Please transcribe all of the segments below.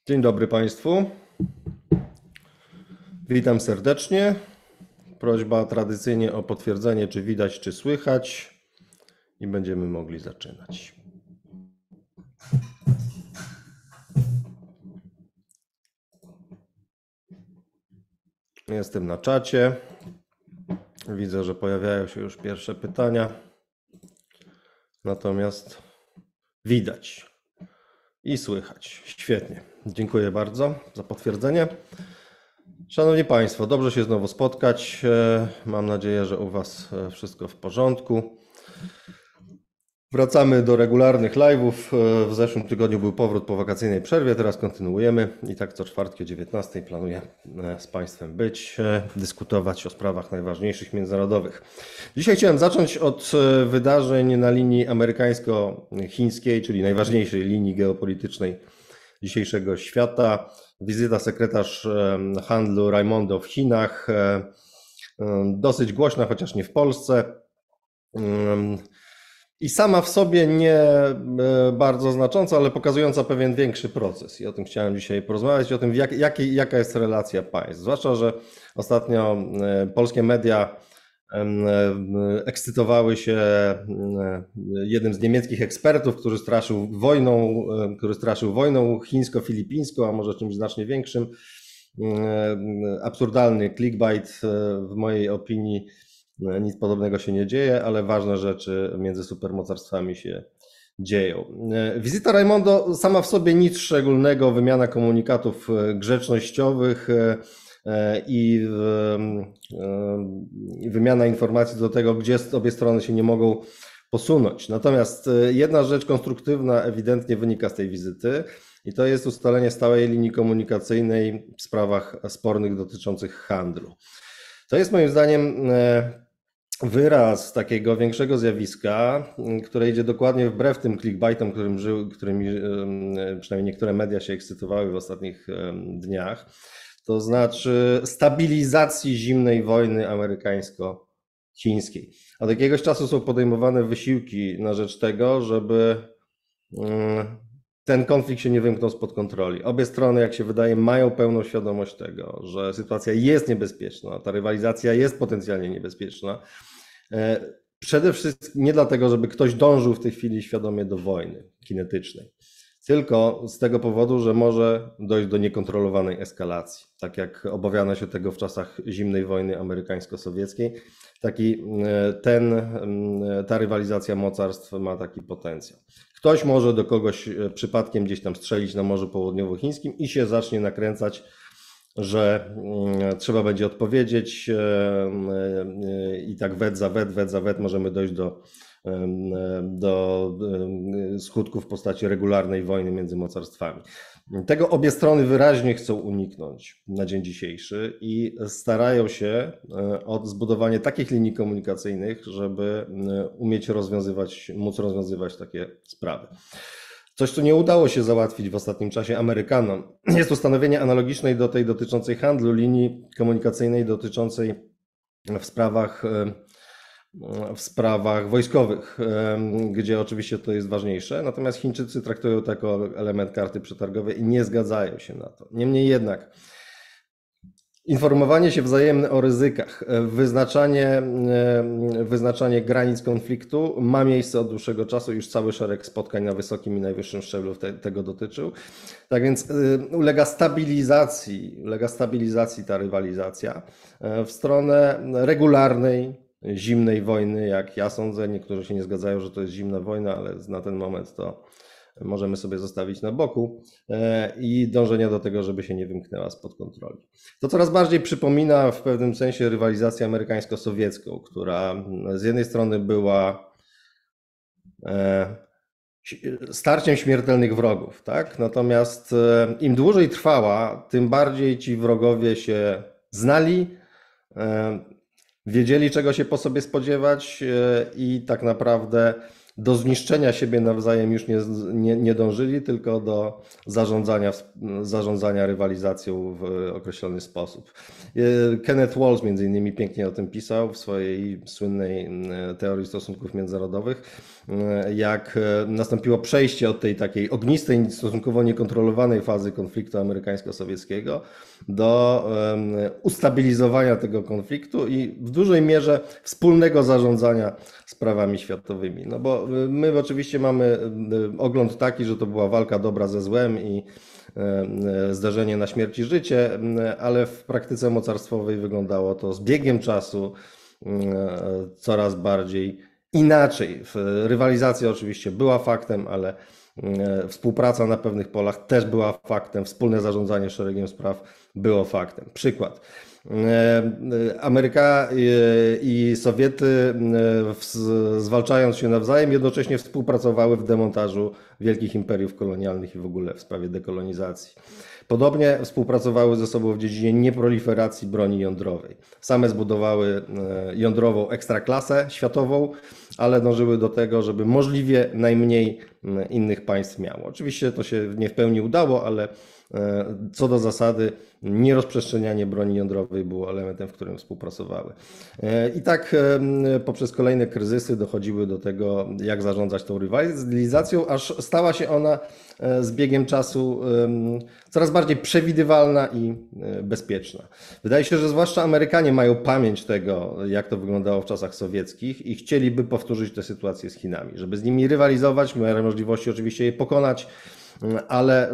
Dzień dobry Państwu. Witam serdecznie. Prośba tradycyjnie o potwierdzenie, czy widać, czy słychać, i będziemy mogli zaczynać. Jestem na czacie. Widzę, że pojawiają się już pierwsze pytania. Natomiast widać i słychać. Świetnie. Dziękuję bardzo za potwierdzenie. Szanowni Państwo, dobrze się znowu spotkać. Mam nadzieję, że u Was wszystko w porządku. Wracamy do regularnych live'ów. W zeszłym tygodniu był powrót po wakacyjnej przerwie, teraz kontynuujemy i tak co czwartki o 19:00 planuję z Państwem być, dyskutować o sprawach najważniejszych międzynarodowych. Dzisiaj chciałem zacząć od wydarzeń na linii amerykańsko-chińskiej, czyli najważniejszej linii geopolitycznej dzisiejszego świata. Wizyta sekretarz handlu Raimondo w Chinach, dosyć głośna, chociaż nie w Polsce. I sama w sobie nie bardzo znacząca, ale pokazująca pewien większy proces. I o tym chciałem dzisiaj porozmawiać, o tym, jaka jest relacja państw. Zwłaszcza, że ostatnio polskie media ekscytowały się jednym z niemieckich ekspertów, który straszył wojną chińsko-filipińską, a może czymś znacznie większym. Absurdalny clickbait, w mojej opinii. Nic podobnego się nie dzieje, ale ważne rzeczy między supermocarstwami się dzieją. Wizyta Raimondo sama w sobie nic szczególnego, wymiana komunikatów grzecznościowych i wymiana informacji do tego, gdzie obie strony się nie mogą posunąć. Natomiast jedna rzecz konstruktywna ewidentnie wynika z tej wizyty i to jest ustalenie stałej linii komunikacyjnej w sprawach spornych dotyczących handlu. To jest moim zdaniem wyraz takiego większego zjawiska, które idzie dokładnie wbrew tym clickbaitom, którymi przynajmniej niektóre media się ekscytowały w ostatnich dniach. To znaczy stabilizacji zimnej wojny amerykańsko-chińskiej. Od jakiegoś czasu są podejmowane wysiłki na rzecz tego, żeby ten konflikt się nie wymknął spod kontroli. Obie strony, jak się wydaje, mają pełną świadomość tego, że sytuacja jest niebezpieczna, ta rywalizacja jest potencjalnie niebezpieczna. Przede wszystkim nie dlatego, żeby ktoś dążył w tej chwili świadomie do wojny kinetycznej, tylko z tego powodu, że może dojść do niekontrolowanej eskalacji. Tak jak obawiano się tego w czasach zimnej wojny amerykańsko-sowieckiej, ta rywalizacja mocarstw ma taki potencjał. Ktoś może do kogoś przypadkiem gdzieś tam strzelić na Morzu Południowochińskim i się zacznie nakręcać, że trzeba będzie odpowiedzieć i tak wet za wet możemy dojść do skutków w postaci regularnej wojny między mocarstwami. Tego obie strony wyraźnie chcą uniknąć na dzień dzisiejszy i starają się o zbudowanie takich linii komunikacyjnych, żeby móc rozwiązywać takie sprawy. Coś, co nie udało się załatwić w ostatnim czasie Amerykanom, jest ustanowienie analogicznej do tej dotyczącej handlu linii komunikacyjnej dotyczącej w sprawach wojskowych, gdzie oczywiście to jest ważniejsze, natomiast Chińczycy traktują to jako element karty przetargowej i nie zgadzają się na to. Niemniej jednak informowanie się wzajemne o ryzykach, wyznaczanie granic konfliktu ma miejsce od dłuższego czasu, już cały szereg spotkań na wysokim i najwyższym szczeblu tego dotyczył. Tak więc ulega stabilizacji ta rywalizacja w stronę regularnej, zimnej wojny, jak ja sądzę. Niektórzy się nie zgadzają, że to jest zimna wojna, ale na ten moment to możemy sobie zostawić na boku i dążenia do tego, żeby się nie wymknęła spod kontroli. To coraz bardziej przypomina w pewnym sensie rywalizację amerykańsko-sowiecką, która z jednej strony była starciem śmiertelnych wrogów, tak? Natomiast im dłużej trwała, tym bardziej ci wrogowie się znali, wiedzieli, czego się po sobie spodziewać i tak naprawdę do zniszczenia siebie nawzajem już nie dążyli, tylko do zarządzania rywalizacją w określony sposób. Kenneth Walls między innymi pięknie o tym pisał w swojej słynnej teorii stosunków międzynarodowych, jak nastąpiło przejście od tej takiej ognistej, stosunkowo niekontrolowanej fazy konfliktu amerykańsko-sowieckiego do ustabilizowania tego konfliktu i w dużej mierze wspólnego zarządzania sprawami światowymi. No bo my oczywiście mamy ogląd taki, że to była walka dobra ze złem i zdarzenie na śmierć i życie, ale w praktyce mocarstwowej wyglądało to z biegiem czasu coraz bardziej inaczej. Rywalizacja oczywiście była faktem, ale współpraca na pewnych polach też była faktem, wspólne zarządzanie szeregiem spraw było faktem. Przykład. Ameryka i Sowiety, zwalczając się nawzajem, jednocześnie współpracowały w demontażu wielkich imperiów kolonialnych i w ogóle w sprawie dekolonizacji. Podobnie współpracowały ze sobą w dziedzinie nieproliferacji broni jądrowej. Same zbudowały jądrową ekstraklasę światową, ale dążyły do tego, żeby możliwie najmniej innych państw miało. Oczywiście to się nie w pełni udało, ale co do zasady nierozprzestrzenianie broni jądrowej było elementem, w którym współpracowały. I tak poprzez kolejne kryzysy dochodziły do tego, jak zarządzać tą rywalizacją, aż stała się ona z biegiem czasu coraz bardziej przewidywalna i bezpieczna. Wydaje się, że zwłaszcza Amerykanie mają pamięć tego, jak to wyglądało w czasach sowieckich i chcieliby powtórzyć tę sytuację z Chinami, żeby z nimi rywalizować, mieli możliwości oczywiście je pokonać, ale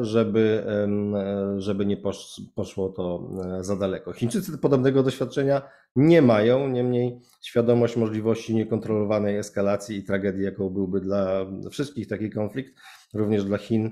żeby nie poszło to za daleko. Chińczycy podobnego doświadczenia nie mają, niemniej świadomość możliwości niekontrolowanej eskalacji i tragedii, jaką byłby dla wszystkich taki konflikt, również dla Chin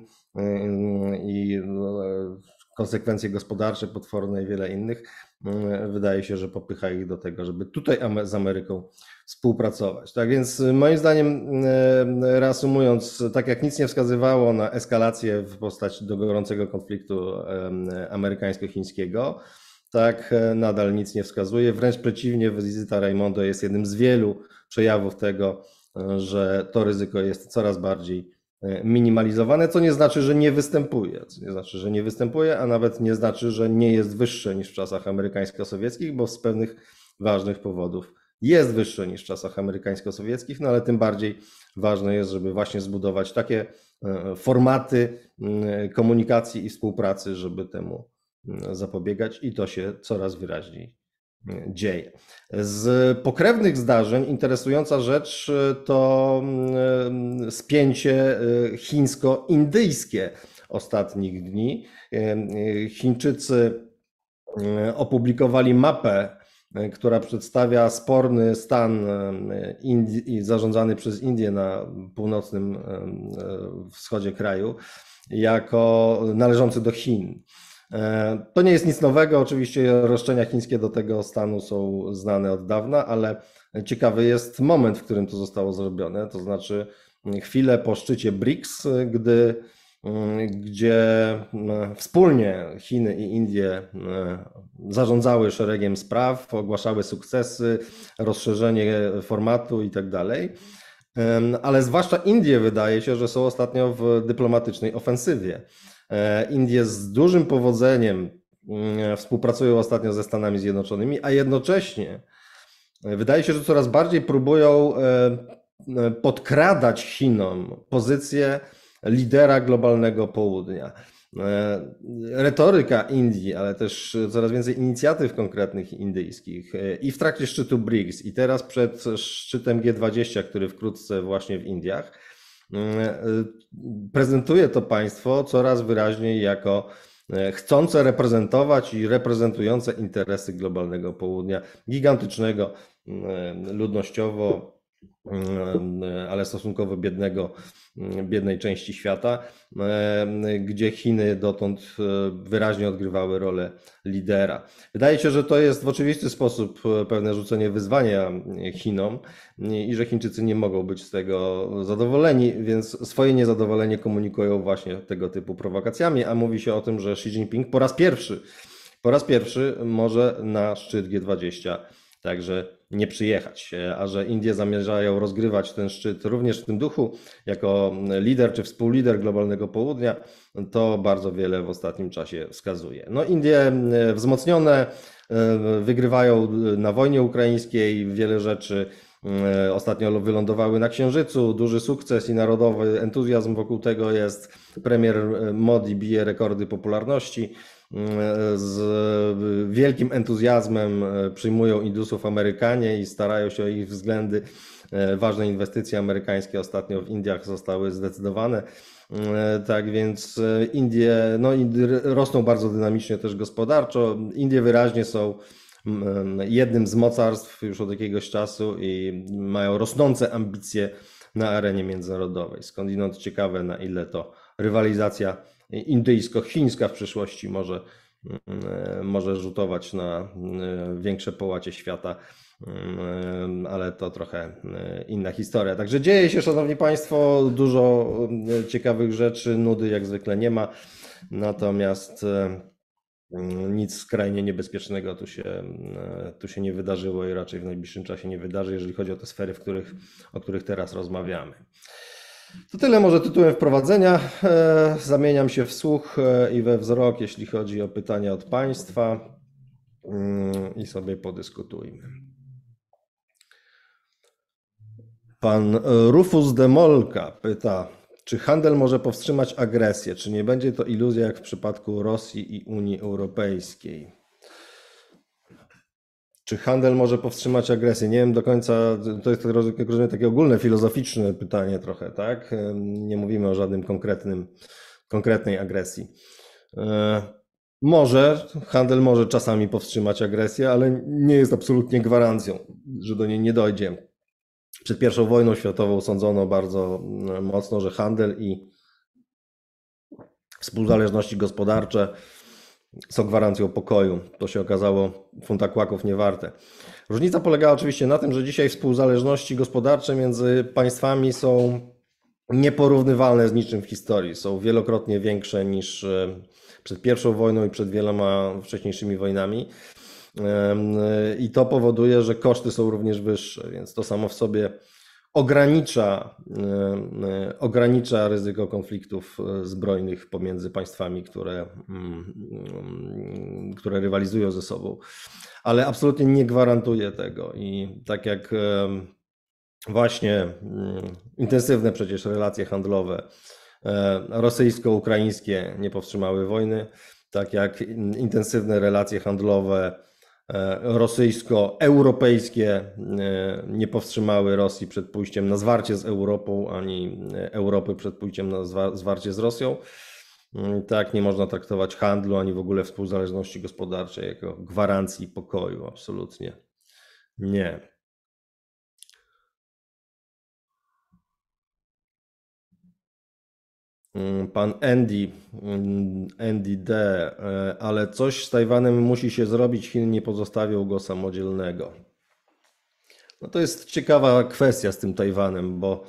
i konsekwencje gospodarcze potworne i wiele innych, wydaje się, że popycha ich do tego, żeby tutaj z Ameryką współpracować. Tak więc moim zdaniem, reasumując, tak jak nic nie wskazywało na eskalację w postaci do gorącego konfliktu amerykańsko-chińskiego, tak nadal nic nie wskazuje. Wręcz przeciwnie, wizyta Raimondo jest jednym z wielu przejawów tego, że to ryzyko jest coraz bardziej minimalizowane, co nie znaczy, że nie występuje. Co nie znaczy, że nie występuje, a nawet nie znaczy, że nie jest wyższe niż w czasach amerykańsko-sowieckich, bo z pewnych ważnych powodów jest wyższe niż w czasach amerykańsko-sowieckich, no ale tym bardziej ważne jest, żeby właśnie zbudować takie formaty komunikacji i współpracy, żeby temu zapobiegać i to się coraz wyraźniej dzieje. Z pokrewnych zdarzeń interesująca rzecz to spięcie chińsko-indyjskie ostatnich dni. Chińczycy opublikowali mapę, która przedstawia sporny stan Indii, zarządzany przez Indię na północnym wschodzie kraju, jako należący do Chin. To nie jest nic nowego, oczywiście roszczenia chińskie do tego stanu są znane od dawna, ale ciekawy jest moment, w którym to zostało zrobione, to znaczy chwilę po szczycie BRICS, gdzie wspólnie Chiny i Indie zarządzały szeregiem spraw, ogłaszały sukcesy, rozszerzenie formatu i tak dalej. Ale zwłaszcza Indie wydaje się, że są ostatnio w dyplomatycznej ofensywie. Indie z dużym powodzeniem współpracują ostatnio ze Stanami Zjednoczonymi, a jednocześnie wydaje się, że coraz bardziej próbują podkradać Chinom pozycję lidera globalnego południa. Retoryka Indii, ale też coraz więcej inicjatyw konkretnych indyjskich i w trakcie szczytu BRICS i teraz przed szczytem G20, który wkrótce właśnie w Indiach, prezentuje to państwo coraz wyraźniej jako chcące reprezentować i reprezentujące interesy globalnego południa, gigantycznego, ludnościowo, ale stosunkowo biednej części świata, gdzie Chiny dotąd wyraźnie odgrywały rolę lidera. Wydaje się, że to jest w oczywisty sposób pewne rzucenie wyzwania Chinom i że Chińczycy nie mogą być z tego zadowoleni, więc swoje niezadowolenie komunikują właśnie tego typu prowokacjami, a mówi się o tym, że Xi Jinping po raz pierwszy może na szczyt G20 także nie przyjechać. A że Indie zamierzają rozgrywać ten szczyt również w tym duchu, jako lider czy współlider globalnego południa, to bardzo wiele w ostatnim czasie wskazuje. No Indie wzmocnione, wygrywają na wojnie ukraińskiej wiele rzeczy. Ostatnio wylądowały na Księżycu, duży sukces i narodowy entuzjazm wokół tego jest. Premier Modi bije rekordy popularności. Z wielkim entuzjazmem przyjmują Indusów Amerykanie i starają się o ich względy. Ważne inwestycje amerykańskie ostatnio w Indiach zostały zdecydowane. Tak więc Indie rosną bardzo dynamicznie też gospodarczo. Indie wyraźnie są jednym z mocarstw już od jakiegoś czasu i mają rosnące ambicje na arenie międzynarodowej. Skądinąd ciekawe, na ile to rywalizacja indyjsko-chińska w przyszłości może rzutować na większe połacie świata, ale to trochę inna historia. Także dzieje się, szanowni państwo, dużo ciekawych rzeczy, nudy jak zwykle nie ma, natomiast nic skrajnie niebezpiecznego tu się nie wydarzyło i raczej w najbliższym czasie nie wydarzy, jeżeli chodzi o te sfery, o których teraz rozmawiamy. To tyle może tytułem wprowadzenia. Zamieniam się w słuch i we wzrok, jeśli chodzi o pytania od państwa i sobie podyskutujmy. Pan Rufus Demolka pyta, czy handel może powstrzymać agresję? Czy nie będzie to iluzja jak w przypadku Rosji i Unii Europejskiej? Czy handel może powstrzymać agresję? Nie wiem do końca, to jest takie ogólne, filozoficzne pytanie trochę, tak? Nie mówimy o żadnym konkretnej agresji. Handel może czasami powstrzymać agresję, ale nie jest absolutnie gwarancją, że do niej nie dojdzie. Przed I wojną światową sądzono bardzo mocno, że handel i współzależności gospodarcze są gwarancją pokoju. To się okazało funta kłaków niewarte. Różnica polega oczywiście na tym, że dzisiaj współzależności gospodarcze między państwami są nieporównywalne z niczym w historii. Są wielokrotnie większe niż przed I wojną i przed wieloma wcześniejszymi wojnami. I to powoduje, że koszty są również wyższe, więc to samo w sobie ogranicza ryzyko konfliktów zbrojnych pomiędzy państwami, które rywalizują ze sobą, ale absolutnie nie gwarantuje tego. I tak jak właśnie intensywne przecież relacje handlowe rosyjsko-ukraińskie nie powstrzymały wojny, tak jak intensywne relacje handlowe rosyjsko-europejskie nie powstrzymały Rosji przed pójściem na zwarcie z Europą, ani Europy przed pójściem na zwarcie z Rosją. Tak, nie można traktować handlu, ani w ogóle współzależności gospodarczej jako gwarancji pokoju. Absolutnie nie. Pan Andy D., ale coś z Tajwanem musi się zrobić, Chiny nie pozostawią go samodzielnego. No to jest ciekawa kwestia z tym Tajwanem, bo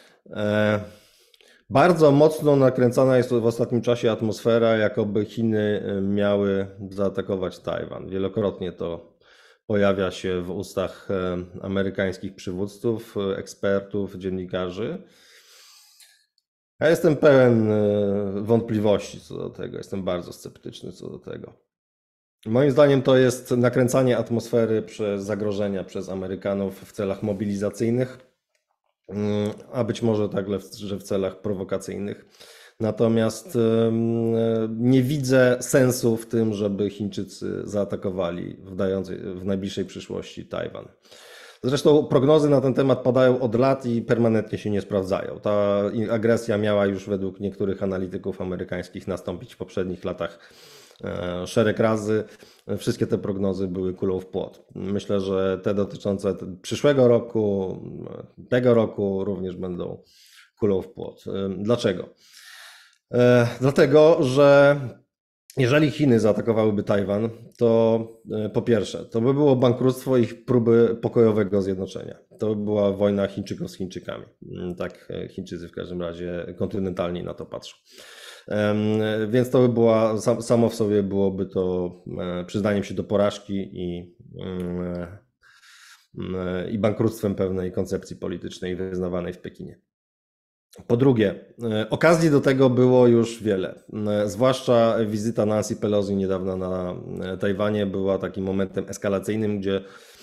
bardzo mocno nakręcana jest w ostatnim czasie atmosfera, jakoby Chiny miały zaatakować Tajwan. Wielokrotnie to pojawia się w ustach amerykańskich przywódców, ekspertów, dziennikarzy. Ja jestem pełen wątpliwości co do tego, jestem bardzo sceptyczny co do tego. Moim zdaniem to jest nakręcanie atmosfery przez zagrożenia przez Amerykanów w celach mobilizacyjnych, a być może także w celach prowokacyjnych. Natomiast nie widzę sensu w tym, żeby Chińczycy zaatakowali w najbliższej przyszłości Tajwan. Zresztą prognozy na ten temat padają od lat i permanentnie się nie sprawdzają. Ta agresja miała już według niektórych analityków amerykańskich nastąpić w poprzednich latach szereg razy. Wszystkie te prognozy były kulą w płot. Myślę, że te dotyczące przyszłego roku, tego roku również będą kulą w płot. Dlaczego? Dlatego, że jeżeli Chiny zaatakowałyby Tajwan, to po pierwsze, to by było bankructwo ich próby pokojowego zjednoczenia. To by była wojna Chińczyków z Chińczykami. Tak Chińczycy w każdym razie kontynentalnie na to patrzą. Więc to by była, samo w sobie byłoby to przyznaniem się do porażki i i bankructwem pewnej koncepcji politycznej wyznawanej w Pekinie. Po drugie, okazji do tego było już wiele, zwłaszcza wizyta Nancy Pelosi niedawno na Tajwanie była takim momentem eskalacyjnym, gdzie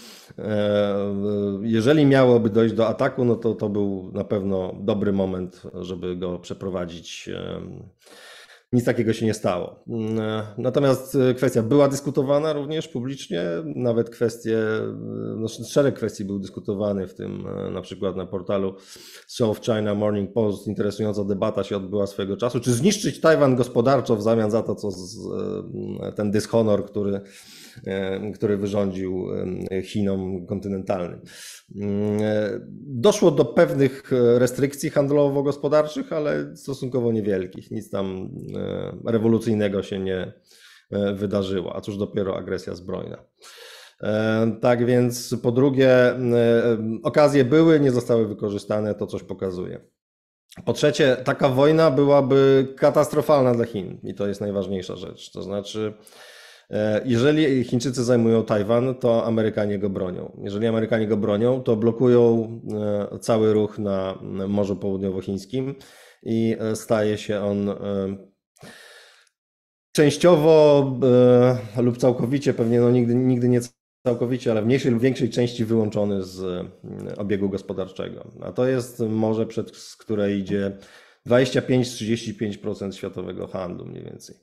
jeżeli miałoby dojść do ataku, no to był na pewno dobry moment, żeby go przeprowadzić. Nic takiego się nie stało. Natomiast kwestia była dyskutowana również publicznie, nawet szereg kwestii był dyskutowany, w tym na przykład na portalu South China Morning Post interesująca debata się odbyła swego czasu, czy zniszczyć Tajwan gospodarczo w zamian za to, co ten dyshonor, który wyrządził Chinom kontynentalnym. Doszło do pewnych restrykcji handlowo-gospodarczych, ale stosunkowo niewielkich. Nic tam rewolucyjnego się nie wydarzyło, a cóż dopiero agresja zbrojna. Tak więc po drugie, okazje były, nie zostały wykorzystane, to coś pokazuje. Po trzecie, taka wojna byłaby katastrofalna dla Chin i to jest najważniejsza rzecz. To znaczy, jeżeli Chińczycy zajmują Tajwan, to Amerykanie go bronią. Jeżeli Amerykanie go bronią, to blokują cały ruch na Morzu Południowochińskim i staje się on częściowo lub całkowicie, pewnie no nigdy nie całkowicie, ale w mniejszej lub większej części wyłączony z obiegu gospodarczego. A to jest morze, przed której idzie 25-35% światowego handlu mniej więcej.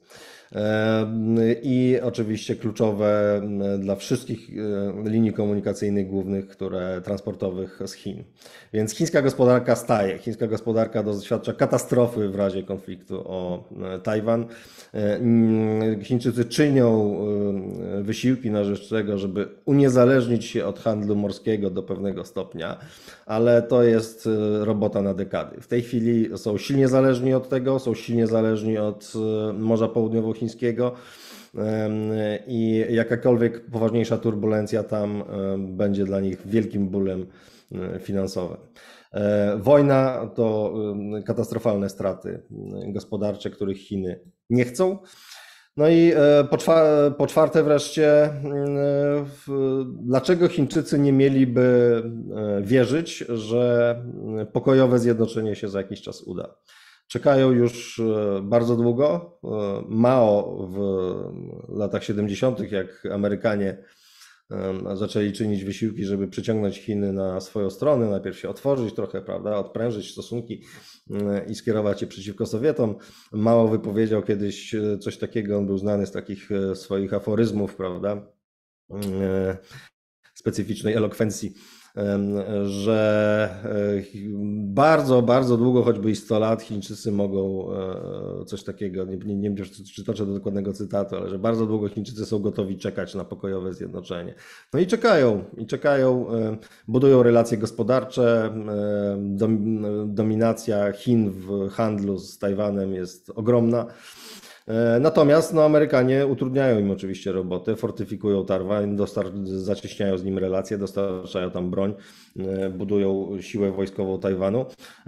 I oczywiście kluczowe dla wszystkich linii komunikacyjnych głównych, transportowych z Chin. Więc chińska gospodarka staje. Chińska gospodarka doświadcza katastrofy w razie konfliktu o Tajwan. Chińczycy czynią wysiłki na rzecz tego, żeby uniezależnić się od handlu morskiego do pewnego stopnia, ale to jest robota na dekady. W tej chwili są silnie zależni od tego, są silnie zależni od Morza Południowochińskiego i jakakolwiek poważniejsza turbulencja tam będzie dla nich wielkim bólem finansowym. Wojna to katastrofalne straty gospodarcze, których Chiny nie chcą. No i po czwarte wreszcie, dlaczego Chińczycy nie mieliby wierzyć, że pokojowe zjednoczenie się za jakiś czas uda? Czekają już bardzo długo. Mao w latach 70., jak Amerykanie zaczęli czynić wysiłki, żeby przyciągnąć Chiny na swoją stronę, najpierw się otworzyć trochę, prawda, odprężyć stosunki i skierować je przeciwko Sowietom. Mao wypowiedział kiedyś coś takiego, on był znany z takich swoich aforyzmów, prawda, specyficznej elokwencji, że bardzo, bardzo długo, choćby i 100 lat, Chińczycy mogą coś takiego, nie wiem, czy przytoczę do dokładnego cytatu, ale że bardzo długo Chińczycy są gotowi czekać na pokojowe zjednoczenie. No i czekają, budują relacje gospodarcze, dominacja Chin w handlu z Tajwanem jest ogromna. Natomiast Amerykanie utrudniają im oczywiście robotę, fortyfikują Tajwan, zacieśniają z nim relacje, dostarczają tam broń, budują siłę wojskową Tajwanu,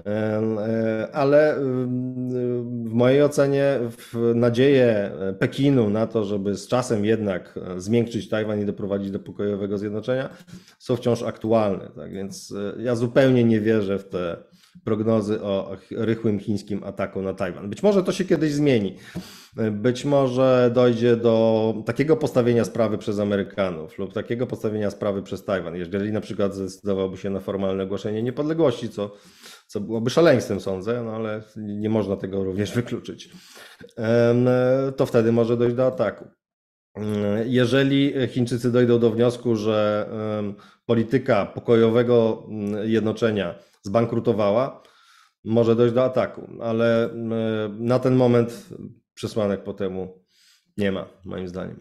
ale w mojej ocenie nadzieje Pekinu na to, żeby z czasem jednak zmiękczyć Tajwan i doprowadzić do pokojowego zjednoczenia, są wciąż aktualne. Tak więc ja zupełnie nie wierzę w te prognozy o rychłym chińskim ataku na Tajwan. Być może to się kiedyś zmieni. Być może dojdzie do takiego postawienia sprawy przez Amerykanów lub takiego postawienia sprawy przez Tajwan, jeżeli na przykład zdecydowałby się na formalne ogłoszenie niepodległości, co byłoby szaleństwem, sądzę, no ale nie można tego również wykluczyć, to wtedy może dojść do ataku. Jeżeli Chińczycy dojdą do wniosku, że polityka pokojowego jednoczenia zbankrutowała, może dojść do ataku, ale na ten moment przesłanek po temu nie ma, moim zdaniem.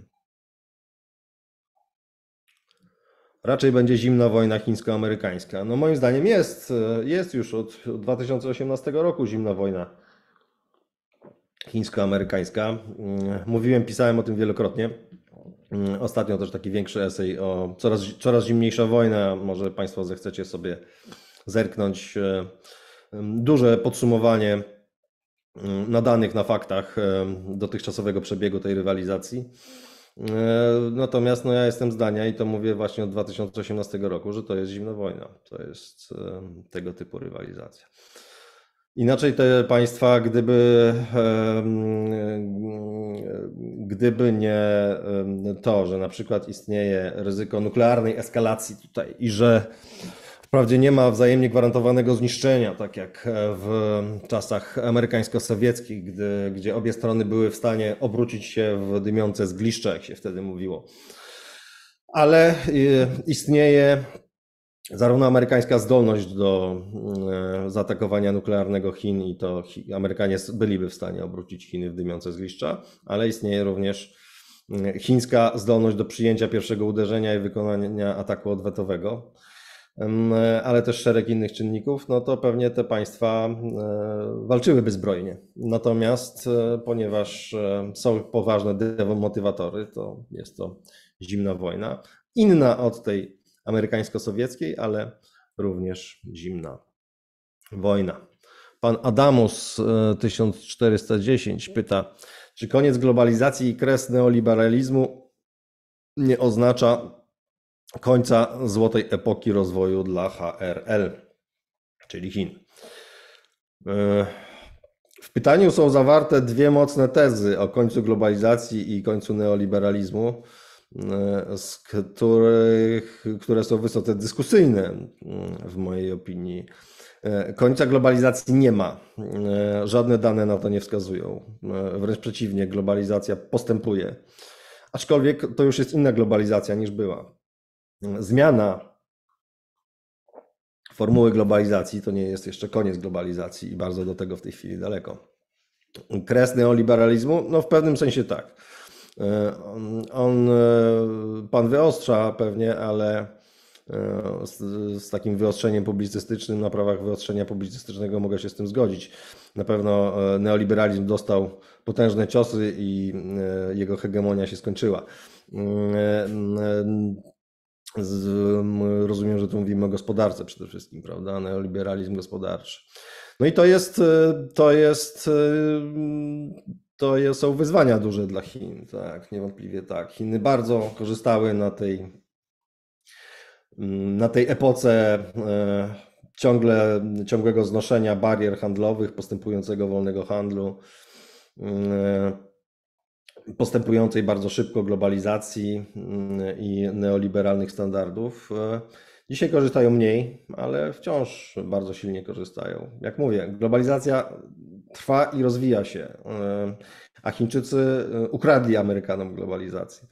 Raczej będzie zimna wojna chińsko-amerykańska. No moim zdaniem jest już od 2018 roku zimna wojna chińsko-amerykańska. Mówiłem, pisałem o tym wielokrotnie. Ostatnio też taki większy esej o coraz zimniejsza wojna. Może Państwo zechcecie sobie zerknąć. Duże podsumowanie na danych, na faktach dotychczasowego przebiegu tej rywalizacji. Natomiast ja jestem zdania i to mówię właśnie od 2018 roku, że to jest zimna wojna. To jest tego typu rywalizacja. Inaczej te państwa, gdyby nie to, że na przykład istnieje ryzyko nuklearnej eskalacji tutaj i że wprawdzie nie ma wzajemnie gwarantowanego zniszczenia, tak jak w czasach amerykańsko-sowieckich, gdzie obie strony były w stanie obrócić się w dymiące zgliszcze, jak się wtedy mówiło. Ale istnieje zarówno amerykańska zdolność do zaatakowania nuklearnego Chin i to Amerykanie byliby w stanie obrócić Chiny w dymiące zgliszcza, ale istnieje również chińska zdolność do przyjęcia pierwszego uderzenia i wykonania ataku odwetowego, ale też szereg innych czynników, no to pewnie te państwa walczyłyby zbrojnie. Natomiast ponieważ są poważne demotywatory, to jest to zimna wojna, inna od tej amerykańsko-sowieckiej, ale również zimna wojna. Pan Adamus 1410 pyta, czy koniec globalizacji i kres neoliberalizmu nie oznacza końca złotej epoki rozwoju dla HRL, czyli Chin? W pytaniu są zawarte dwie mocne tezy o końcu globalizacji i końcu neoliberalizmu, które są wysoce dyskusyjne w mojej opinii. Końca globalizacji nie ma. Żadne dane na to nie wskazują. Wręcz przeciwnie, globalizacja postępuje. Aczkolwiek to już jest inna globalizacja niż była. Zmiana formuły globalizacji to nie jest jeszcze koniec globalizacji i bardzo do tego w tej chwili daleko. Kres neoliberalizmu? No w pewnym sensie tak. Pan wyostrza pewnie, ale z takim wyostrzeniem publicystycznym, na prawach wyostrzenia publicystycznego mogę się z tym zgodzić. Na pewno neoliberalizm dostał potężne ciosy i jego hegemonia się skończyła. Rozumiem, że tu mówimy o gospodarce przede wszystkim, prawda? Neoliberalizm gospodarczy. No i to są wyzwania duże dla Chin, tak, niewątpliwie tak. Chiny bardzo korzystały na tej epoce ciągłego znoszenia barier handlowych, postępującego wolnego handlu, postępującej bardzo szybko globalizacji i neoliberalnych standardów. Dzisiaj korzystają mniej, ale wciąż bardzo silnie korzystają. Jak mówię, globalizacja trwa i rozwija się, a Chińczycy ukradli Amerykanom globalizację.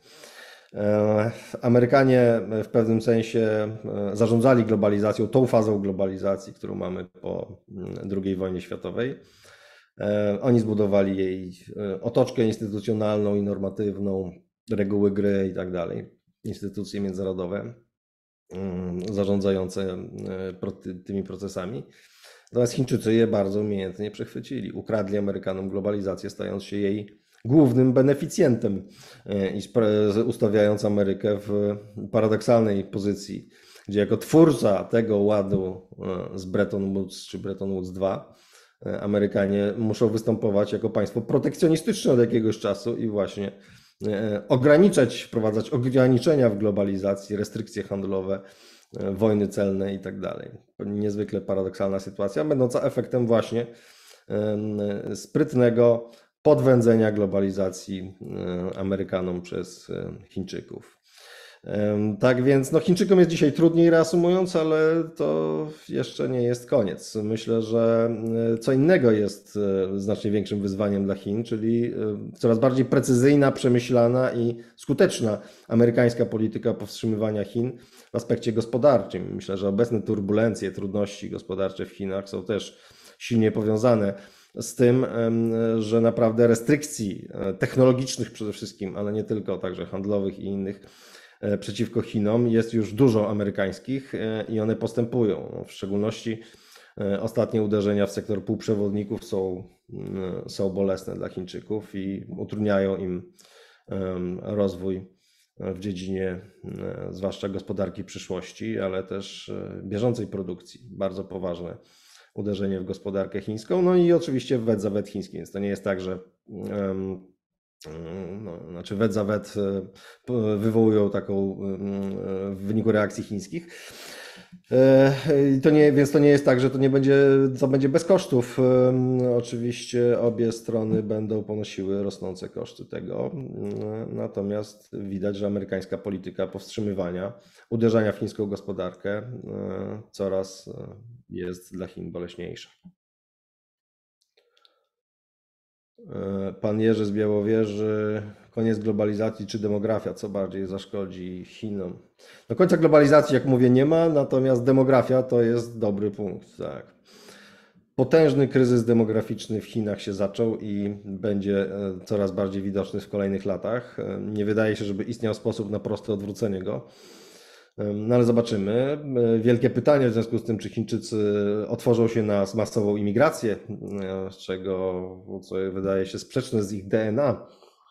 Amerykanie w pewnym sensie zarządzali globalizacją, tą fazą globalizacji, którą mamy po II wojnie światowej. Oni zbudowali jej otoczkę instytucjonalną i normatywną, reguły gry i tak dalej, instytucje międzynarodowe zarządzające tymi procesami. Natomiast Chińczycy je bardzo umiejętnie przechwycili. Ukradli Amerykanom globalizację, stając się jej głównym beneficjentem i ustawiając Amerykę w paradoksalnej pozycji, gdzie jako twórca tego ładu z Bretton Woods czy Bretton Woods II Amerykanie muszą występować jako państwo protekcjonistyczne od jakiegoś czasu i właśnie wprowadzać ograniczenia w globalizacji, restrykcje handlowe, wojny celne i tak dalej. Niezwykle paradoksalna sytuacja, będąca efektem właśnie sprytnego podwędzenia globalizacji Amerykanom przez Chińczyków. Tak więc Chińczykom jest dzisiaj trudniej, reasumując, ale to jeszcze nie jest koniec. Myślę, że co innego jest znacznie większym wyzwaniem dla Chin, czyli coraz bardziej precyzyjna, przemyślana i skuteczna amerykańska polityka powstrzymywania Chin w aspekcie gospodarczym. Myślę, że obecne turbulencje, trudności gospodarcze w Chinach są też silnie powiązane z tym, że naprawdę restrykcji technologicznych przede wszystkim, ale nie tylko, także handlowych i innych przeciwko Chinom jest już dużo amerykańskich i one postępują. W szczególności ostatnie uderzenia w sektor półprzewodników są bolesne dla Chińczyków i utrudniają im rozwój w dziedzinie zwłaszcza gospodarki przyszłości, ale też bieżącej produkcji. Bardzo poważne uderzenie w gospodarkę chińską, no i oczywiście w wet za wet chiński, więc to nie jest tak, że znaczy wet za wet wywołują taką w wyniku reakcji chińskich. Więc to nie jest tak, że to będzie bez kosztów. Oczywiście obie strony będą ponosiły rosnące koszty tego. Natomiast widać, że amerykańska polityka powstrzymywania, uderzania w chińską gospodarkę coraz jest dla Chin boleśniejsza. Pan Jerzy z Białowieży, koniec globalizacji czy demografia, co bardziej zaszkodzi Chinom? Do końca globalizacji, jak mówię, nie ma, natomiast demografia to jest dobry punkt. Tak. Potężny kryzys demograficzny w Chinach się zaczął i będzie coraz bardziej widoczny w kolejnych latach. Nie wydaje się, żeby istniał sposób na proste odwrócenie go. No ale zobaczymy. Wielkie pytanie w związku z tym, czy Chińczycy otworzą się na masową imigrację, co wydaje się sprzeczne z ich DNA.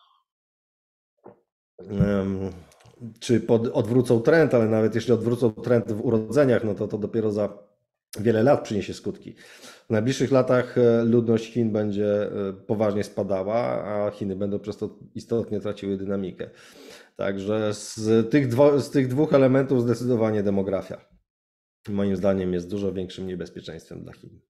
Czy odwrócą trend, ale nawet jeśli odwrócą trend w urodzeniach, no to dopiero za wiele lat przyniesie skutki. W najbliższych latach ludność Chin będzie poważnie spadała, a Chiny będą przez to istotnie traciły dynamikę. Także z tych dwóch elementów zdecydowanie demografia moim zdaniem jest dużo większym niebezpieczeństwem dla Chin.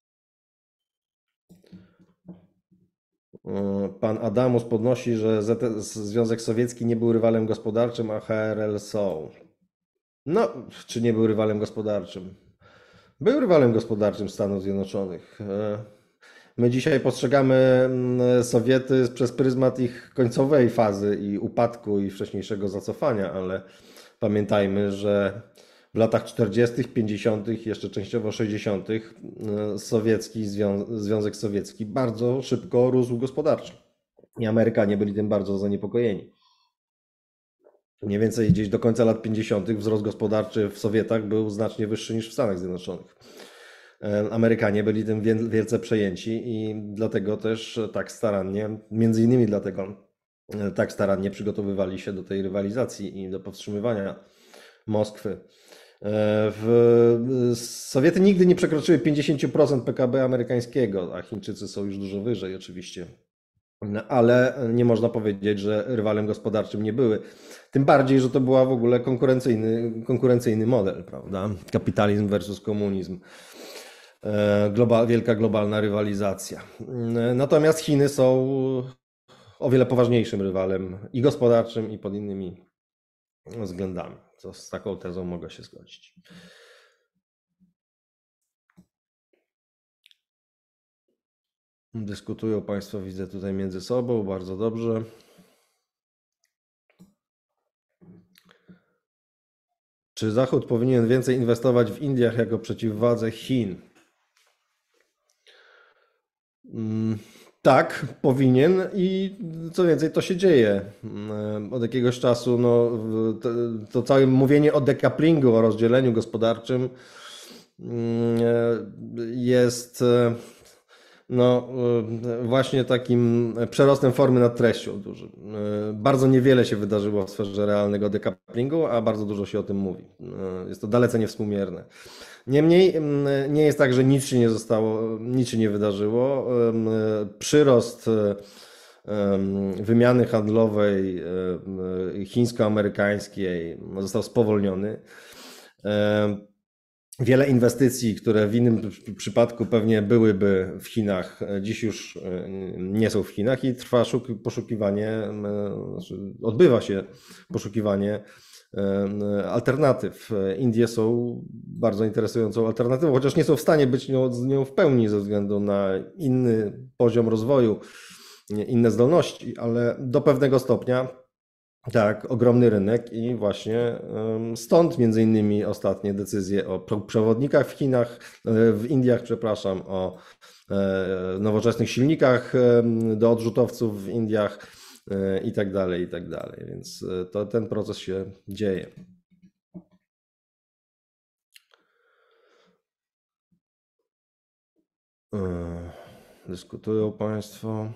Pan Adamus podnosi, że Związek Sowiecki nie był rywalem gospodarczym, a HRL są. No, czy nie był rywalem gospodarczym? Był rywalem gospodarczym Stanów Zjednoczonych. My dzisiaj postrzegamy Sowiety przez pryzmat ich końcowej fazy i upadku i wcześniejszego zacofania, ale pamiętajmy, że w latach 40., 50., jeszcze częściowo 60. Związek Sowiecki bardzo szybko rósł gospodarczo i Amerykanie byli tym bardzo zaniepokojeni. Mniej więcej gdzieś do końca lat 50. wzrost gospodarczy w Sowietach był znacznie wyższy niż w Stanach Zjednoczonych. Amerykanie byli tym wielce przejęci i dlatego też tak starannie, między innymi dlatego tak starannie przygotowywali się do tej rywalizacji i do powstrzymywania Moskwy. Sowiety nigdy nie przekroczyły 50% PKB amerykańskiego, a Chińczycy są już dużo wyżej oczywiście. Ale nie można powiedzieć, że rywalem gospodarczym nie były. Tym bardziej, że to była w ogóle konkurencyjny model, prawda? Kapitalizm versus komunizm. Wielka globalna rywalizacja. Natomiast Chiny są o wiele poważniejszym rywalem i gospodarczym, i pod innymi względami. To z taką tezą mogę się zgodzić. Dyskutują Państwo, widzę tutaj między sobą, bardzo dobrze. Czy Zachód powinien więcej inwestować w Indiach jako przeciwwadze Chin? Tak, powinien i co więcej, to się dzieje. Od jakiegoś czasu to całe mówienie o decouplingu, o rozdzieleniu gospodarczym jest właśnie takim przerostem formy nad treścią dużym. Bardzo niewiele się wydarzyło w sferze realnego decouplingu, a bardzo dużo się o tym mówi. Jest to dalece niewspółmierne. Niemniej nie jest tak, że nic się nie wydarzyło. Przyrost wymiany handlowej chińsko-amerykańskiej został spowolniony. Wiele inwestycji, które w innym przypadku pewnie byłyby w Chinach, dziś już nie są w Chinach i trwa poszukiwanie, odbywa się poszukiwanie alternatyw. Indie są bardzo interesującą alternatywą, chociaż nie są w stanie być z nią w pełni ze względu na inny poziom rozwoju, inne zdolności, ale do pewnego stopnia tak, ogromny rynek i właśnie stąd między innymi ostatnie decyzje o przewodnikach w Indiach, przepraszam, o nowoczesnych silnikach do odrzutowców w Indiach i tak dalej, i tak dalej. Więc ten proces się dzieje. Dyskutują Państwo.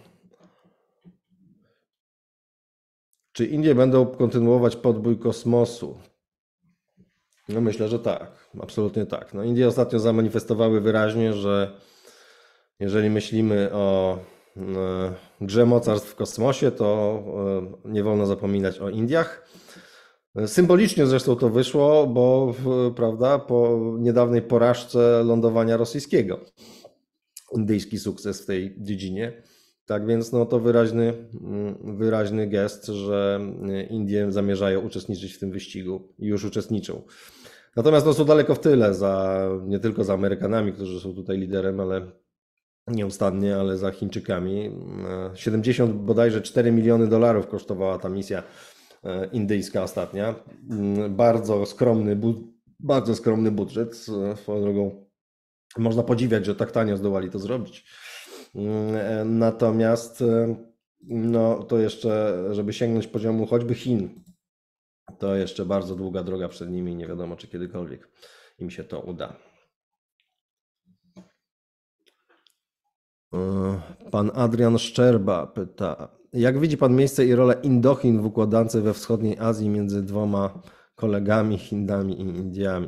Czy Indie będą kontynuować podbój kosmosu? No myślę, że tak, absolutnie tak. Indie ostatnio zamanifestowały wyraźnie, że jeżeli myślimy o grze mocarstw w kosmosie, to nie wolno zapominać o Indiach. Symbolicznie zresztą to wyszło, bo prawda, po niedawnej porażce lądowania rosyjskiego. Indyjski sukces w tej dziedzinie. Tak więc no, to wyraźny gest, że Indie zamierzają uczestniczyć w tym wyścigu i już uczestniczą. Natomiast no, są daleko w tyle nie tylko za Amerykanami, którzy są tutaj liderem, ale nieustannie, ale za Chińczykami. 70 bodajże 4 miliony dolarów kosztowała ta misja indyjska ostatnia. Bardzo skromny budżet. Swoją drogą można podziwiać, że tak tanio zdołali to zrobić. Natomiast no, to jeszcze, żeby sięgnąć poziomu choćby Chin, to jeszcze bardzo długa droga przed nimi i nie wiadomo, czy kiedykolwiek im się to uda. Pan Adrian Szczerba pyta, jak widzi Pan miejsce i rolę Indochin w układance we wschodniej Azji między dwoma kolegami, Hindami i Indiami?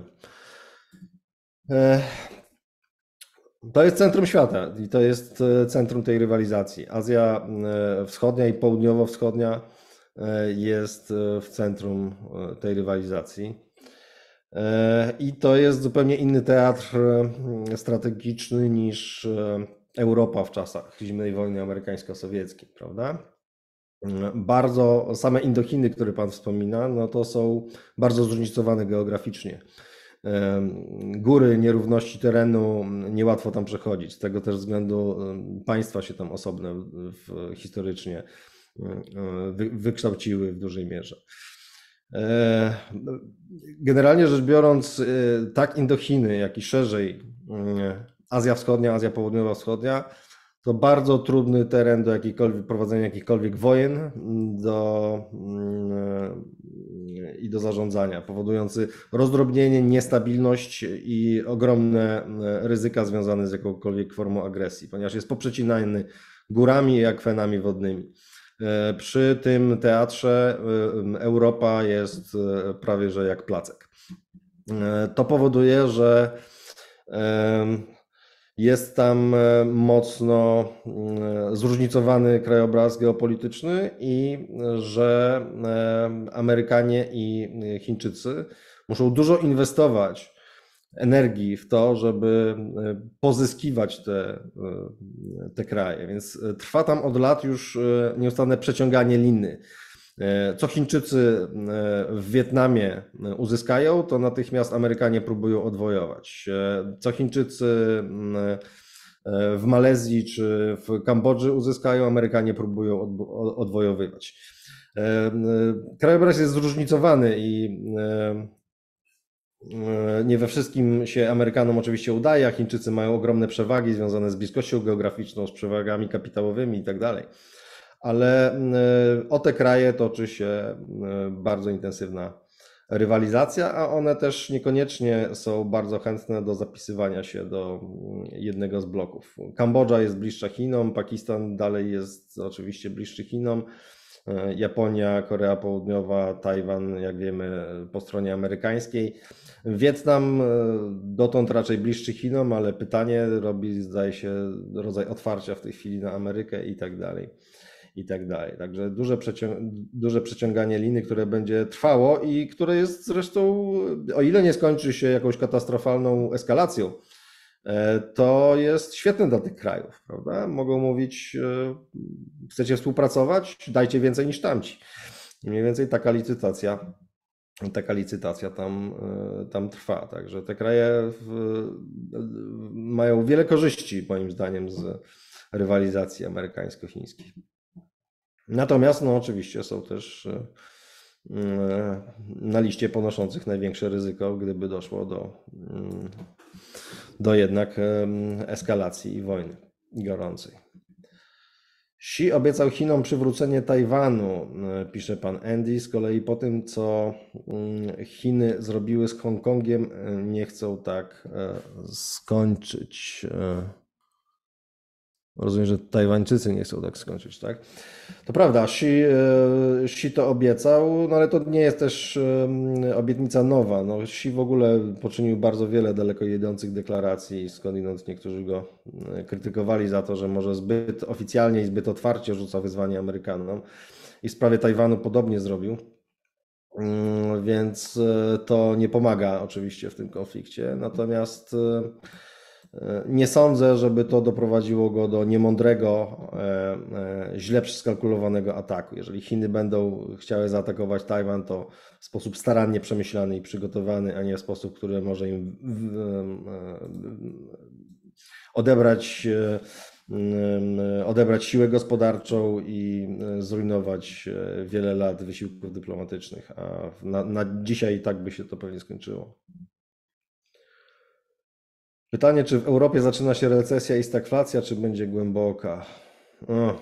To jest centrum świata i to jest centrum tej rywalizacji. Azja Wschodnia i Południowo-Wschodnia jest w centrum tej rywalizacji. I to jest zupełnie inny teatr strategiczny niż Europa w czasach zimnej wojny amerykańsko-sowieckiej, prawda? Same Indochiny, które Pan wspomina, no to są bardzo zróżnicowane geograficznie. Góry, nierówności terenu, niełatwo tam przechodzić. Z tego też względu państwa się tam osobne historycznie wykształciły w dużej mierze. Generalnie rzecz biorąc, tak Indochiny, jak i szerzej Azja Wschodnia, Azja Południowo-Wschodnia, to bardzo trudny teren do prowadzenia jakichkolwiek wojen i do zarządzania, powodujący rozdrobnienie, niestabilność i ogromne ryzyka związane z jakąkolwiek formą agresji, ponieważ jest poprzecinany górami i akwenami wodnymi. Przy tym teatrze Europa jest prawie że jak placek. To powoduje, że jest tam mocno zróżnicowany krajobraz geopolityczny i że Amerykanie i Chińczycy muszą dużo inwestować energii w to, żeby pozyskiwać te kraje. Więc trwa tam od lat już nieustanne przeciąganie liny. Co Chińczycy w Wietnamie uzyskają, to natychmiast Amerykanie próbują odwojować. Co Chińczycy w Malezji czy w Kambodży uzyskają, Amerykanie próbują odwojowywać. Krajobraz jest zróżnicowany i nie we wszystkim się Amerykanom oczywiście udaje, a Chińczycy mają ogromne przewagi związane z bliskością geograficzną, z przewagami kapitałowymi i tak dalej. Ale o te kraje toczy się bardzo intensywna rywalizacja, a one też niekoniecznie są bardzo chętne do zapisywania się do jednego z bloków. Kambodża jest bliższa Chinom, Pakistan dalej jest oczywiście bliższy Chinom, Japonia, Korea Południowa, Tajwan, jak wiemy, po stronie amerykańskiej. Wietnam dotąd raczej bliższy Chinom, ale pytanie robi, zdaje się, rodzaj otwarcia w tej chwili na Amerykę i tak dalej. I tak dalej. Także duże przeciąganie liny, które będzie trwało i które jest zresztą, o ile nie skończy się jakąś katastrofalną eskalacją, to jest świetne dla tych krajów, prawda? Mogą mówić, chcecie współpracować, dajcie więcej niż tamci. Mniej więcej taka licytacja tam trwa. Także te kraje mają wiele korzyści, moim zdaniem, z rywalizacji amerykańsko-chińskiej. Natomiast no, oczywiście są też na liście ponoszących największe ryzyko, gdyby doszło do jednak eskalacji i wojny gorącej. Xi obiecał Chinom przywrócenie Tajwanu, pisze pan Andy. Z kolei po tym, co Chiny zrobiły z Hongkongiem, nie chcą tak skończyć. Rozumiem, że Tajwańczycy nie chcą tak skończyć, tak? To prawda, Xi to obiecał, no ale to nie jest też obietnica nowa. No, Xi w ogóle poczynił bardzo wiele daleko idących deklaracji, skądinąd niektórzy go krytykowali za to, że może zbyt oficjalnie i zbyt otwarcie rzuca wyzwanie Amerykanom. I w sprawie Tajwanu podobnie zrobił. Więc to nie pomaga oczywiście w tym konflikcie. Natomiast nie sądzę, żeby to doprowadziło go do niemądrego, źle skalkulowanego ataku. Jeżeli Chiny będą chciały zaatakować Tajwan, to w sposób starannie przemyślany i przygotowany, a nie w sposób, który może im odebrać, odebrać siłę gospodarczą i zrujnować wiele lat wysiłków dyplomatycznych. A na dzisiaj tak by się to pewnie skończyło. Pytanie, czy w Europie zaczyna się recesja i stagflacja, czy będzie głęboka? O,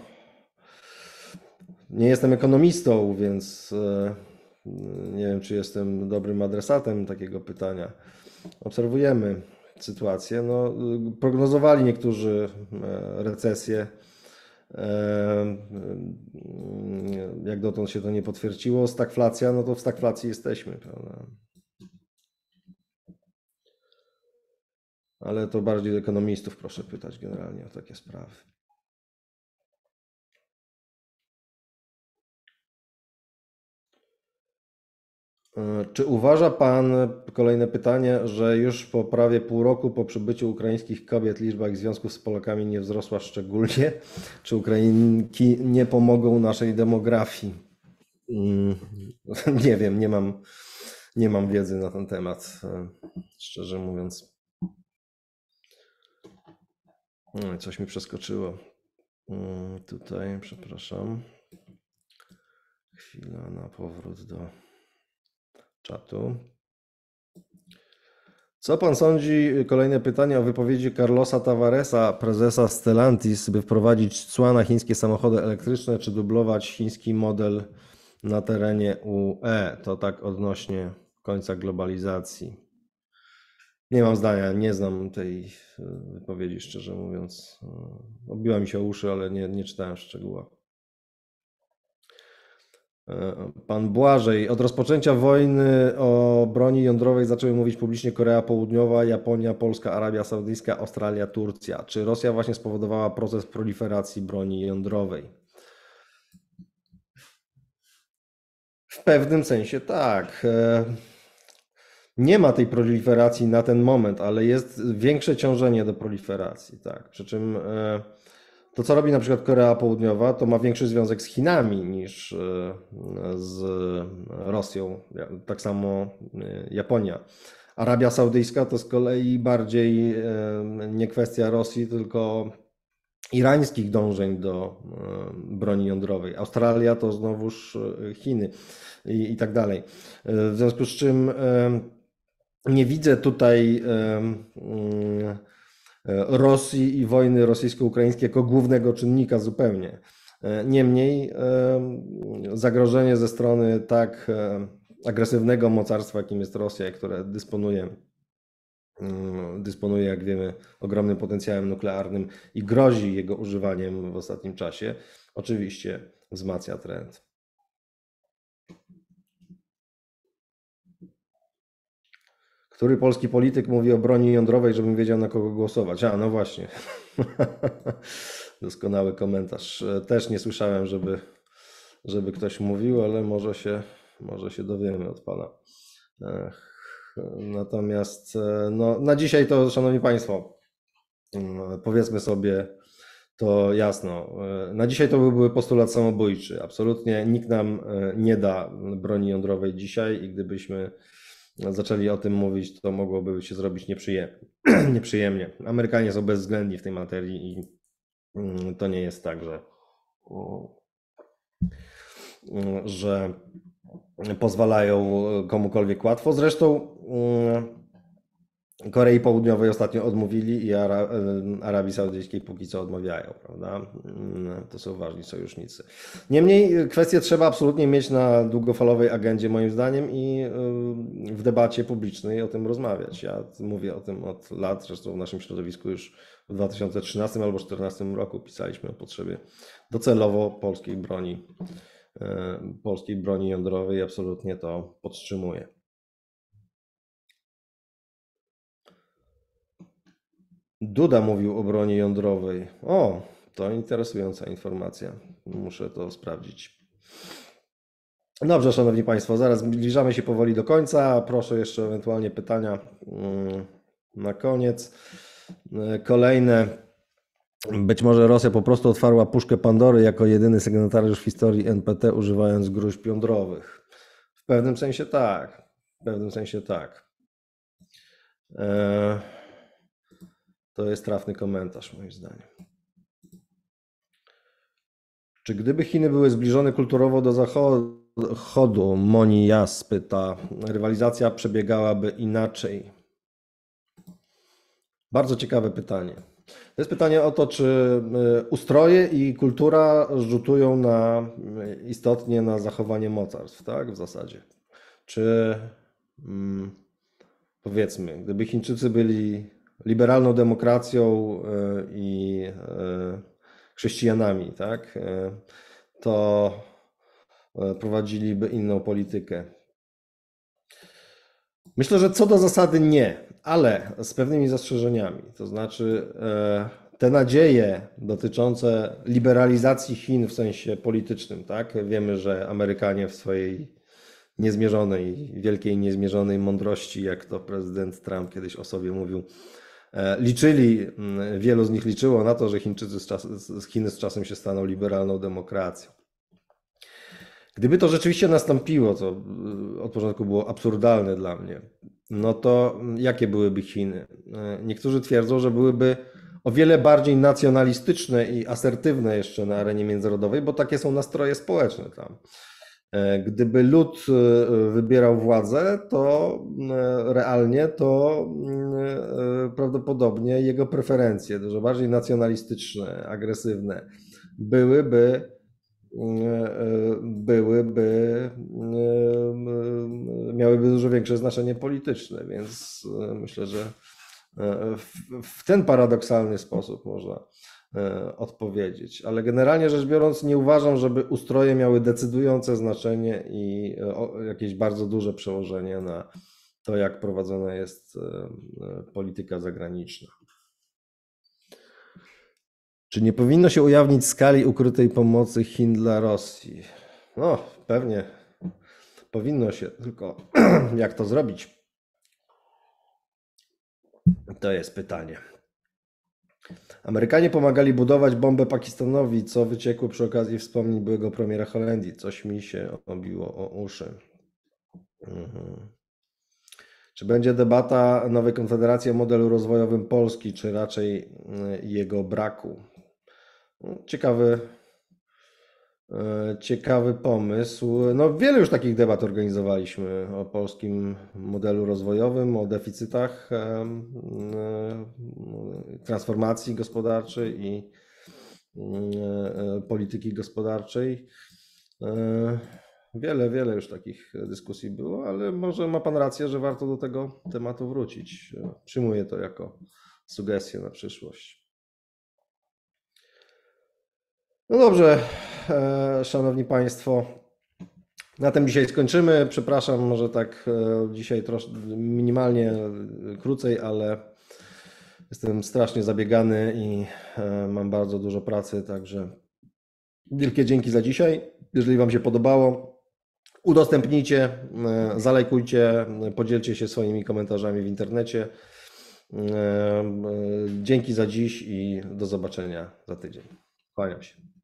nie jestem ekonomistą, więc nie wiem, czy jestem dobrym adresatem takiego pytania. Obserwujemy sytuację. No, prognozowali niektórzy recesję. Jak dotąd się to nie potwierdziło. Stagflacja, no to w stagflacji jesteśmy, prawda? Ale to bardziej ekonomistów proszę pytać generalnie o takie sprawy. Czy uważa Pan, kolejne pytanie, że już po prawie pół roku po przybyciu ukraińskich kobiet liczba ich związków z Polakami nie wzrosła szczególnie? Czy Ukrainki nie pomogą naszej demografii? Nie wiem, nie mam wiedzy na ten temat, szczerze mówiąc. Coś mi przeskoczyło. Tutaj, przepraszam. Chwila na powrót do czatu. Co pan sądzi, kolejne pytanie, o wypowiedzi Carlosa Tavaresa, prezesa Stellantis, by wprowadzić cła na chińskie samochody elektryczne, czy dublować chiński model na terenie UE? To tak odnośnie końca globalizacji. Nie mam zdania, nie znam tej wypowiedzi, szczerze mówiąc. Obiła mi się o uszy, ale nie czytałem w szczegółach. Pan Błażej, od rozpoczęcia wojny o broni jądrowej zaczęły mówić publicznie Korea Południowa, Japonia, Polska, Arabia Saudyjska, Australia, Turcja. Czy Rosja właśnie spowodowała proces proliferacji broni jądrowej? W pewnym sensie tak. Nie ma tej proliferacji na ten moment, ale jest większe ciążenie do proliferacji, tak. Przy czym to, co robi na przykład Korea Południowa, to ma większy związek z Chinami niż z Rosją. Tak samo Japonia. Arabia Saudyjska to z kolei bardziej nie kwestia Rosji, tylko irańskich dążeń do broni jądrowej. Australia to znowuż Chiny i tak dalej. W związku z czym nie widzę tutaj Rosji i wojny rosyjsko-ukraińskiej jako głównego czynnika zupełnie. Niemniej zagrożenie ze strony tak agresywnego mocarstwa, jakim jest Rosja, które dysponuje, jak wiemy, ogromnym potencjałem nuklearnym i grozi jego używaniem w ostatnim czasie, oczywiście wzmacnia trend. Który polski polityk mówi o broni jądrowej, żebym wiedział, na kogo głosować? A, no właśnie. Doskonały komentarz. Też nie słyszałem, żeby ktoś mówił, ale może się dowiemy od pana. Natomiast no, na dzisiaj to, szanowni państwo, powiedzmy sobie to jasno. Na dzisiaj to byłby postulat samobójczy. Absolutnie nikt nam nie da broni jądrowej dzisiaj i gdybyśmy zaczęli o tym mówić, to mogłoby się zrobić nieprzyjemnie. Amerykanie są bezwzględni w tej materii i to nie jest tak, że pozwalają komukolwiek łatwo. Zresztą Korei Południowej ostatnio odmówili i Arabii Saudyjskiej póki co odmawiają, prawda? To są ważni sojusznicy. Niemniej kwestię trzeba absolutnie mieć na długofalowej agendzie moim zdaniem i w debacie publicznej o tym rozmawiać. Ja mówię o tym od lat, zresztą w naszym środowisku już w 2013 albo 2014 roku pisaliśmy o potrzebie docelowo polskiej broni jądrowej i absolutnie to podtrzymuję. Duda mówił o broni jądrowej. O, to interesująca informacja. Muszę to sprawdzić. Dobrze, Szanowni Państwo, zaraz zbliżamy się powoli do końca. Proszę jeszcze ewentualnie pytania na koniec. Kolejne. Być może Rosja po prostu otwarła puszkę Pandory jako jedyny sygnatariusz w historii NPT, używając gruźb jądrowych. W pewnym sensie tak. W pewnym sensie tak. To jest trafny komentarz, moim zdaniem. Czy gdyby Chiny były zbliżone kulturowo do Zachodu, Moni Jas pyta, rywalizacja przebiegałaby inaczej? Bardzo ciekawe pytanie. To jest pytanie o to, czy ustroje i kultura rzutują istotnie na zachowanie mocarstw, tak? W zasadzie. Czy powiedzmy, gdyby Chińczycy byli liberalną demokracją i chrześcijanami, tak, to prowadziliby inną politykę. Myślę, że co do zasady nie, ale z pewnymi zastrzeżeniami. To znaczy te nadzieje dotyczące liberalizacji Chin w sensie politycznym, tak? Wiemy, że Amerykanie w swojej wielkiej niezmierzonej mądrości, jak to prezydent Trump kiedyś o sobie mówił, wielu z nich liczyło na to, że Chiny z czasem się staną liberalną demokracją. Gdyby to rzeczywiście nastąpiło, co od początku było absurdalne dla mnie, no to jakie byłyby Chiny? Niektórzy twierdzą, że byłyby o wiele bardziej nacjonalistyczne i asertywne jeszcze na arenie międzynarodowej, bo takie są nastroje społeczne tam. Gdyby lud wybierał władzę, to realnie to prawdopodobnie jego preferencje, dużo bardziej nacjonalistyczne, agresywne, miałyby dużo większe znaczenie polityczne, więc myślę, że w ten paradoksalny sposób można odpowiedzieć. Ale generalnie rzecz biorąc, nie uważam, żeby ustroje miały decydujące znaczenie i jakieś bardzo duże przełożenie na to, jak prowadzona jest polityka zagraniczna. Czy nie powinno się ujawnić skali ukrytej pomocy Chin dla Rosji? No, pewnie powinno się, tylko jak to zrobić? To jest pytanie. Amerykanie pomagali budować bombę Pakistanowi, co wyciekło przy okazji wspomnień byłego premiera Holandii. Coś mi się obiło o uszy. Czy będzie debata nowej Konfederacji o modelu rozwojowym Polski, czy raczej jego braku? Ciekawy pomysł. No, wiele już takich debat organizowaliśmy o polskim modelu rozwojowym, o deficytach transformacji gospodarczej i polityki gospodarczej. Wiele już takich dyskusji było, ale może ma Pan rację, że warto do tego tematu wrócić. Przyjmuję to jako sugestię na przyszłość. No dobrze, Szanowni Państwo, na tym dzisiaj skończymy. Przepraszam, może tak dzisiaj troszkę minimalnie krócej, ale jestem strasznie zabiegany i mam bardzo dużo pracy, także wielkie dzięki za dzisiaj. Jeżeli Wam się podobało, udostępnijcie, zalajkujcie, podzielcie się swoimi komentarzami w internecie. Dzięki za dziś i do zobaczenia za tydzień. Kłaniam się.